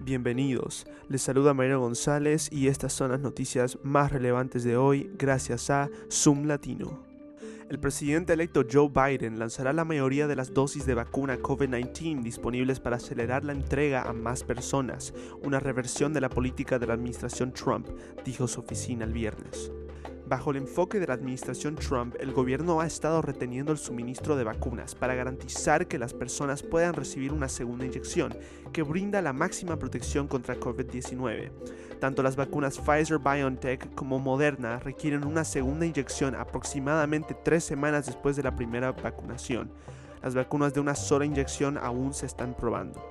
Bienvenidos, les saluda Mariano González y estas son las noticias más relevantes de hoy gracias a Zoom Latino. El presidente electo Joe Biden lanzará la mayoría de las dosis de vacuna COVID-19 disponibles para acelerar la entrega a más personas, una reversión de la política de la administración Trump, dijo su oficina el viernes. Bajo el enfoque de la administración Trump, el gobierno ha estado reteniendo el suministro de vacunas para garantizar que las personas puedan recibir una segunda inyección que brinda la máxima protección contra COVID-19. Tanto las vacunas Pfizer-BioNTech como Moderna requieren una segunda inyección aproximadamente 3 semanas después de la primera vacunación. Las vacunas de una sola inyección aún se están probando.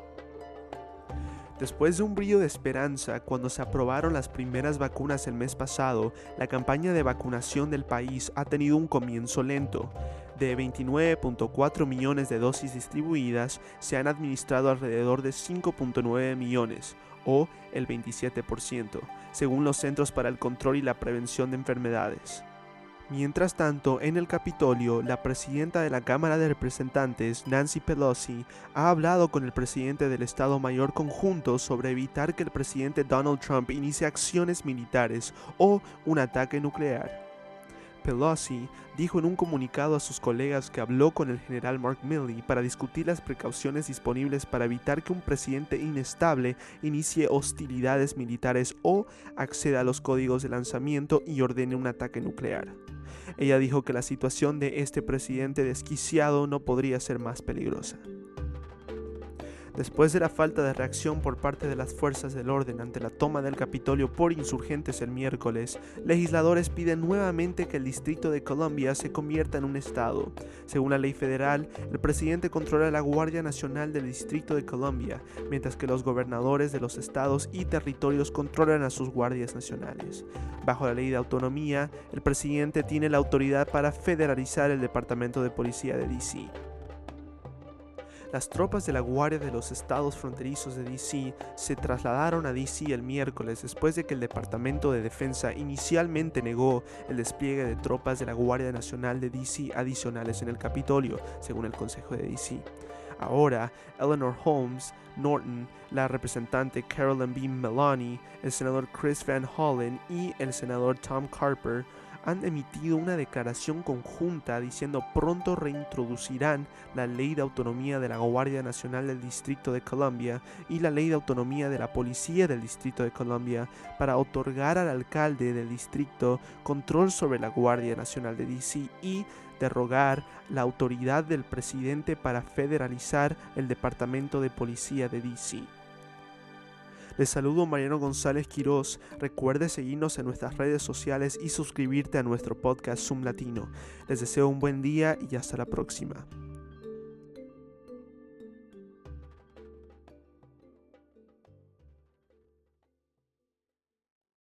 Después de un brillo de esperanza cuando se aprobaron las primeras vacunas el mes pasado, la campaña de vacunación del país ha tenido un comienzo lento. De 29.4 millones de dosis distribuidas, se han administrado alrededor de 5.9 millones, o el 27%, según los Centros para el Control y la Prevención de Enfermedades. Mientras tanto, en el Capitolio, la presidenta de la Cámara de Representantes, Nancy Pelosi, ha hablado con el presidente del Estado Mayor Conjunto sobre evitar que el presidente Donald Trump inicie acciones militares o un ataque nuclear. Pelosi dijo en un comunicado a sus colegas que habló con el general Mark Milley para discutir las precauciones disponibles para evitar que un presidente inestable inicie hostilidades militares o acceda a los códigos de lanzamiento y ordene un ataque nuclear. Ella dijo que la situación de este presidente desquiciado no podría ser más peligrosa. Después de la falta de reacción por parte de las fuerzas del orden ante la toma del Capitolio por insurgentes el miércoles, legisladores piden nuevamente que el Distrito de Columbia se convierta en un estado. Según la ley federal, el presidente controla la Guardia Nacional del Distrito de Columbia, mientras que los gobernadores de los estados y territorios controlan a sus guardias nacionales. Bajo la ley de autonomía, el presidente tiene la autoridad para federalizar el Departamento de Policía de D.C. Las tropas de la Guardia de los Estados Fronterizos de D.C. se trasladaron a D.C. el miércoles después de que el Departamento de Defensa inicialmente negó el despliegue de tropas de la Guardia Nacional de D.C. adicionales en el Capitolio, según el Consejo de D.C. Ahora, Eleanor Holmes Norton, la representante Carolyn B. Maloney, el senador Chris Van Hollen y el senador Tom Carper han emitido una declaración conjunta diciendo pronto reintroducirán la Ley de Autonomía de la Guardia Nacional del Distrito de Columbia y la Ley de Autonomía de la Policía del Distrito de Columbia para otorgar al alcalde del distrito control sobre la Guardia Nacional de D.C. y derogar la autoridad del presidente para federalizar el Departamento de Policía de D.C. Les saludo Mariano González Quiroz. Recuerde seguirnos en nuestras redes sociales y suscribirte a nuestro podcast Zoom Latino. Les deseo un buen día y hasta la próxima.